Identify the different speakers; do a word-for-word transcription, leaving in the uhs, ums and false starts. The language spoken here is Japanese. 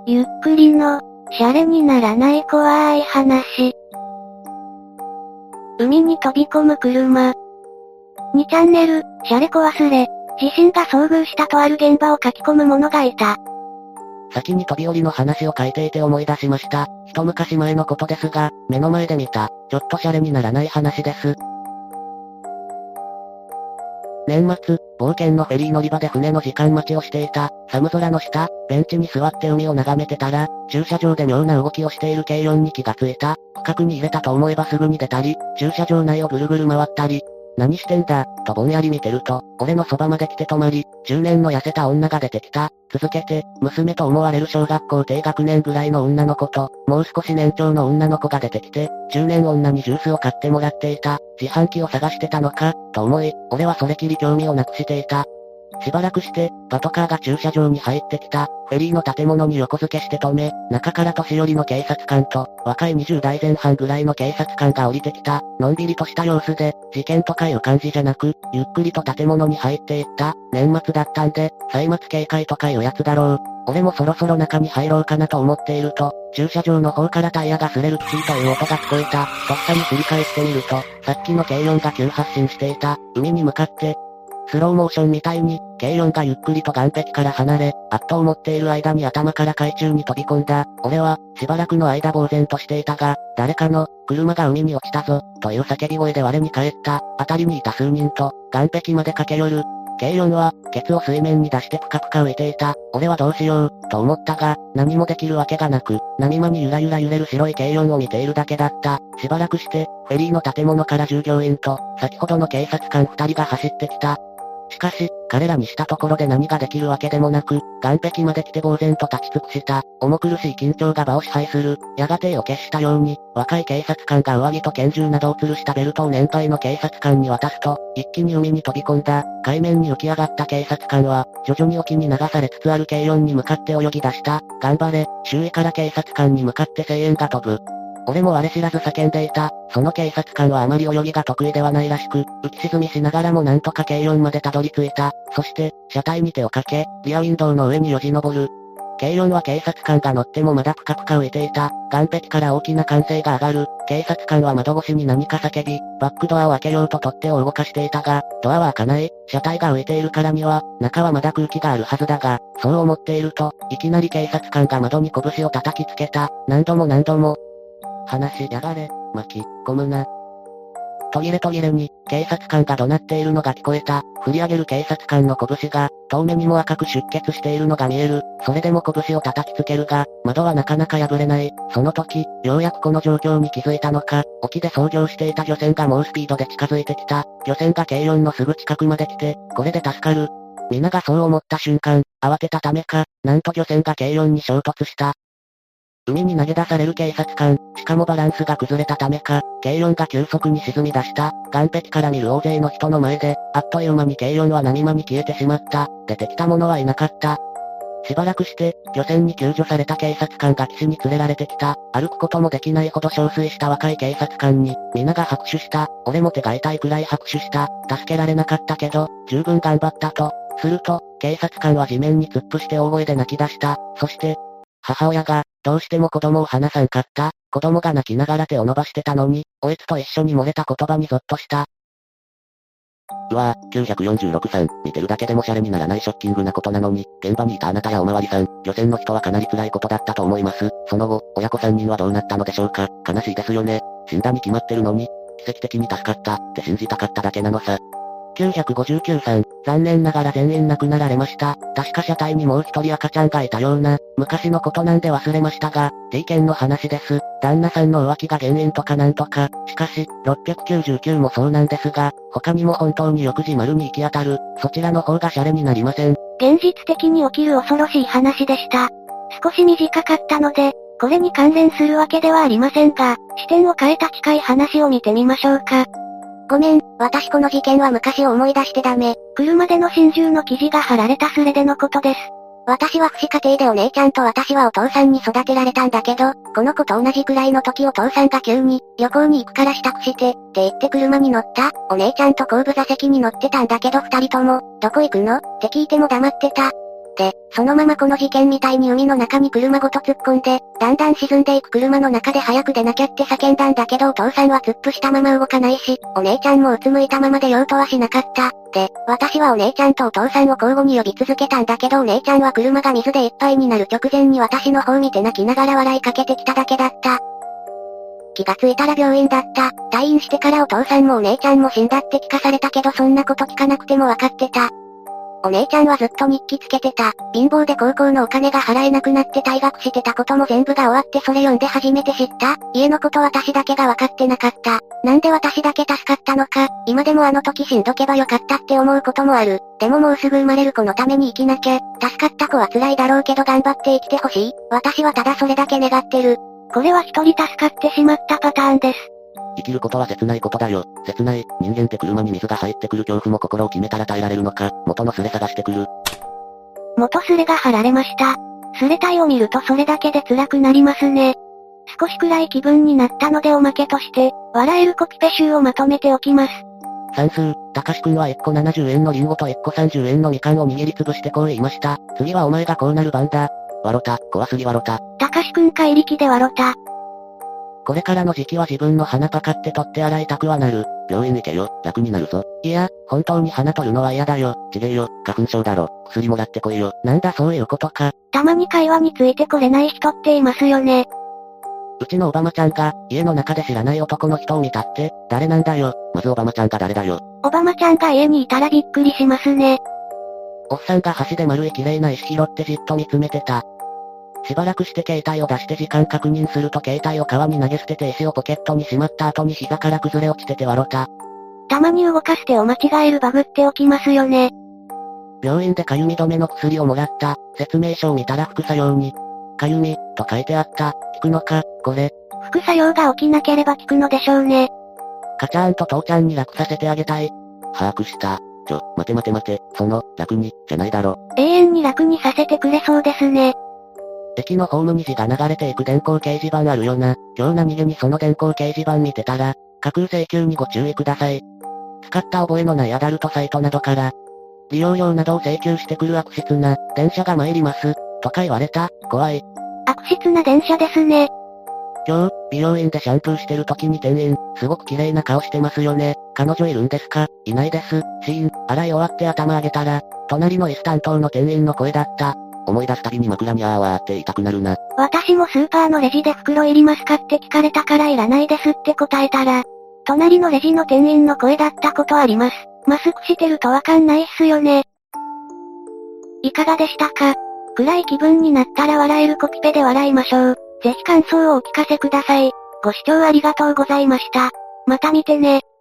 Speaker 1: ゆっくりの、シャレにならない怖い話。海に飛び込む車。にチャンネル、シャレコ忘れ、自身が遭遇したとある現場を書き込む者がいた。
Speaker 2: 先に飛び降りの話を書いていて思い出しました。一昔前のことですが、目の前で見た、ちょっとシャレにならない話です。年末、冒険のフェリー乗り場で船の時間待ちをしていた、寒空の下、ベンチに座って海を眺めてたら、駐車場で妙な動きをしている軽よんに気がついた。区画に入れたと思えばすぐに出たり、駐車場内をぐるぐる回ったり、何してんだ、とぼんやり見てると、俺のそばまで来て止まり、中年の痩せた女が出てきた。続けて、娘と思われる小学校低学年ぐらいの女の子と、もう少し年長の女の子が出てきて、中年女にジュースを買ってもらっていた。自販機を探してたのか、と思い、俺はそれきり興味をなくしていた。しばらくして、パトカーが駐車場に入ってきた。フェリーの建物に横付けして止め、中から年寄りの警察官と、若いにじゅう代前半ぐらいの警察官が降りてきた。のんびりとした様子で、事件とかいう感じじゃなく、ゆっくりと建物に入っていった。年末だったんで、歳末警戒とかいうやつだろう。俺もそろそろ中に入ろうかなと思っていると、駐車場の方からタイヤが擦れるキーという音が聞こえた。とっさに振り返ってみると、さっきの軽よんが急発進していた。海に向かって、スローモーションみたいに、軽よんがゆっくりと岸壁から離れ、あっと思っている間に頭から海中に飛び込んだ。俺は、しばらくの間呆然としていたが、誰かの、車が海に落ちたぞ、という叫び声で我に返った。辺りにいた数人と、岸壁まで駆け寄る。軽よんは、ケツを水面に出してぷかぷか浮いていた。俺はどうしよう、と思ったが、何もできるわけがなく、波間にゆらゆら揺れる白い軽よんを見ているだけだった。しばらくして、フェリーの建物から従業員と、先ほどの警察官二人が走ってきた。しかし、彼らにしたところで何ができるわけでもなく、岸壁まで来て呆然と立ち尽くした。重苦しい緊張が場を支配する。やがて意を決したように、若い警察官が上着と拳銃などを吊るしたベルトを年配の警察官に渡すと、一気に海に飛び込んだ。海面に浮き上がった警察官は、徐々に沖に流されつつある軽よんに向かって泳ぎ出した。頑張れ、周囲から警察官に向かって声援が飛ぶ。俺も我知らず叫んでいた。その警察官はあまり泳ぎが得意ではないらしく、浮き沈みしながらもなんとか軽よんまでたどり着いた。そして、車体に手をかけ、リアウィンドウの上によじ登る。軽よんは警察官が乗ってもまだぷかぷか浮いていた。岸壁から大きな歓声が上がる。警察官は窓越しに何か叫び、バックドアを開けようと取っ手を動かしていたが、ドアは開かない。車体が浮いているからには、中はまだ空気があるはずだが、そう思っていると、いきなり警察官が窓に拳を叩きつけた。何度も何度も。話しやがれ、巻き込むな。途切れ途切れに、警察官が怒鳴っているのが聞こえた。振り上げる警察官の拳が、遠目にも赤く出血しているのが見える。それでも拳を叩きつけるが、窓はなかなか破れない。その時、ようやくこの状況に気づいたのか、沖で操業していた漁船が猛スピードで近づいてきた。漁船が軽よんのすぐ近くまで来て、これで助かる。皆がそう思った瞬間、慌てたためか、なんと漁船が軽よんに衝突した。海に投げ出される警察官、しかもバランスが崩れたためか、軽よんが急速に沈み出した。岸壁から見る大勢の人の前で、あっという間に軽よんは波間に消えてしまった。出てきた者はいなかった。しばらくして、漁船に救助された警察官が岸に連れられてきた。歩くこともできないほど憔悴した若い警察官に、皆が拍手した。俺も手が痛いくらい拍手した。助けられなかったけど、十分頑張ったと。すると、警察官は地面に突っ伏して大声で泣き出した。そして、母親が、どうしても子供を離さんかった。子供が泣きながら手を伸ばしてたのに、おえつと一緒に漏れた言葉にゾッとした。うわぁ、きゅうひゃくよんじゅうろくさん、見てるだけでもシャレにならないショッキングなことなのに、現場にいたあなたやおまわりさん、漁船の人はかなり辛いことだったと思います。その後、親子さんにんはどうなったのでしょうか。悲しいですよね。死んだに決まってるのに、奇跡的に助かった、って信じたかっただけなのさ。きゅうひゃくごじゅうきゅうさん、残念ながら全員亡くなられました。確か車体にもう一人赤ちゃんがいたような、昔のことなんで忘れましたが、T 件の話です。旦那さんの浮気が原因とかなんとか、しかし、ろっぴゃくきゅうじゅうきゅうもそうなんですが、他にも本当に翌時丸に行き当たる、そちらの方がシャレになりません。
Speaker 1: 現実的に起きる恐ろしい話でした。少し短かったので、これに関連するわけではありませんが、視点を変えた近い話を見てみましょうか。
Speaker 3: ごめん、私この事件は昔を思い出してダメ。
Speaker 1: 車での心中の記事が貼られたスレでのことです。
Speaker 3: 私は父子家庭でお姉ちゃんと私はお父さんに育てられたんだけど、この子と同じくらいの時お父さんが急に、旅行に行くから支度して、って言って車に乗った。お姉ちゃんと後部座席に乗ってたんだけど二人とも、どこ行くのって聞いても黙ってた。 で、そのままこの事件みたいに海の中に車ごと突っ込んで、だんだん沈んでいく車の中で早く出なきゃって叫んだんだけどお父さんは突っ伏したまま動かないし、お姉ちゃんもうつむいたままで用途はしなかった。で、私はお姉ちゃんとお父さんを交互に呼び続けたんだけどお姉ちゃんは車が水でいっぱいになる直前に私の方見て泣きながら笑いかけてきただけだった。気がついたら病院だった。退院してからお父さんもお姉ちゃんも死んだって聞かされたけどそんなこと聞かなくてもわかってた。お姉ちゃんはずっと日記つけてた。貧乏で高校のお金が払えなくなって退学してたことも全部が終わってそれ読んで初めて知った。家のこと私だけが分かってなかった。なんで私だけ助かったのか、今でもあの時死んどけばよかったって思うこともある。でももうすぐ生まれる子のために生きなきゃ。助かった子は辛いだろうけど頑張って生きてほしい。私はただそれだけ願ってる。
Speaker 1: これは一人助かってしまったパターンです。
Speaker 2: 生きることは切ないことだよ。切ない。人間って車に水が入ってくる恐怖も心を決めたら耐えられるのか。元のスレ探してくる。
Speaker 1: 元スレが貼られました。スレ体を見るとそれだけで辛くなりますね。少し暗い気分になったのでおまけとして、笑えるコピペ集をまとめておきます。
Speaker 2: 算数、たかしくんはいっこななじゅうえんのリンゴといっこさんじゅうえんのみかんを握りつぶしてこう言いました。次はお前がこうなる番だ。わろた、怖すぎわろた。
Speaker 1: たかしくん怪力でわろた。
Speaker 2: これからの時期は自分の鼻パカって取って洗いたくはなる。病院行けよ、楽になるぞ。いや、本当に鼻取るのは嫌だよ。ちげえよ、花粉症だろ。薬もらってこいよ。なんだそういうことか。
Speaker 1: たまに会話についてこれない人っていますよね。
Speaker 2: うちのオバマちゃんが、家の中で知らない男の人を見たって、誰なんだよ。まずオバマちゃんが誰だよ。
Speaker 1: オバマちゃんが家にいたらびっくりしますね。
Speaker 2: おっさんが箸で丸い綺麗な石拾ってじっと見つめてた。しばらくして携帯を出して時間確認すると携帯を川に投げ捨てて石をポケットにしまった後に膝から崩れ落ちてて笑った。
Speaker 1: たまに動かしてを間違えるバグって起きますよね。
Speaker 2: 病院でかゆみ止めの薬をもらった。説明書を見たら副作用に、かゆみ、と書いてあった。効くのか、これ。
Speaker 1: 副作用が起きなければ効くのでしょうね。
Speaker 2: 母ちゃんと父ちゃんに楽させてあげたい。把握した。ちょ、待て待て待て、その、楽に、じゃないだろ。
Speaker 1: 永遠に楽にさせてくれそうですね。
Speaker 2: 駅のホームに字が流れていく電光掲示板あるよな。今日何気にその電光掲示板見てたら、架空請求にご注意ください。使った覚えのないアダルトサイトなどから、利用料などを請求してくる悪質な、電車が参ります、とか言われた。怖い。
Speaker 1: 悪質な電車ですね。
Speaker 2: 今日、美容院でシャンプーしてる時に店員、すごく綺麗な顔してますよね。彼女いるんですか？いないです。シーン、洗い終わって頭上げたら、隣の椅子担当の店員の声だった。思い出すたびに枕にあーわーって言いたくなるな。
Speaker 1: 私もスーパーのレジで袋いりますかって聞かれたからいらないですって答えたら、隣のレジの店員の声だったことあります。マスクしてるとわかんないっすよね。いかがでしたか？暗い気分になったら笑えるコピペで笑いましょう。ぜひ感想をお聞かせください。ご視聴ありがとうございました。また見てね。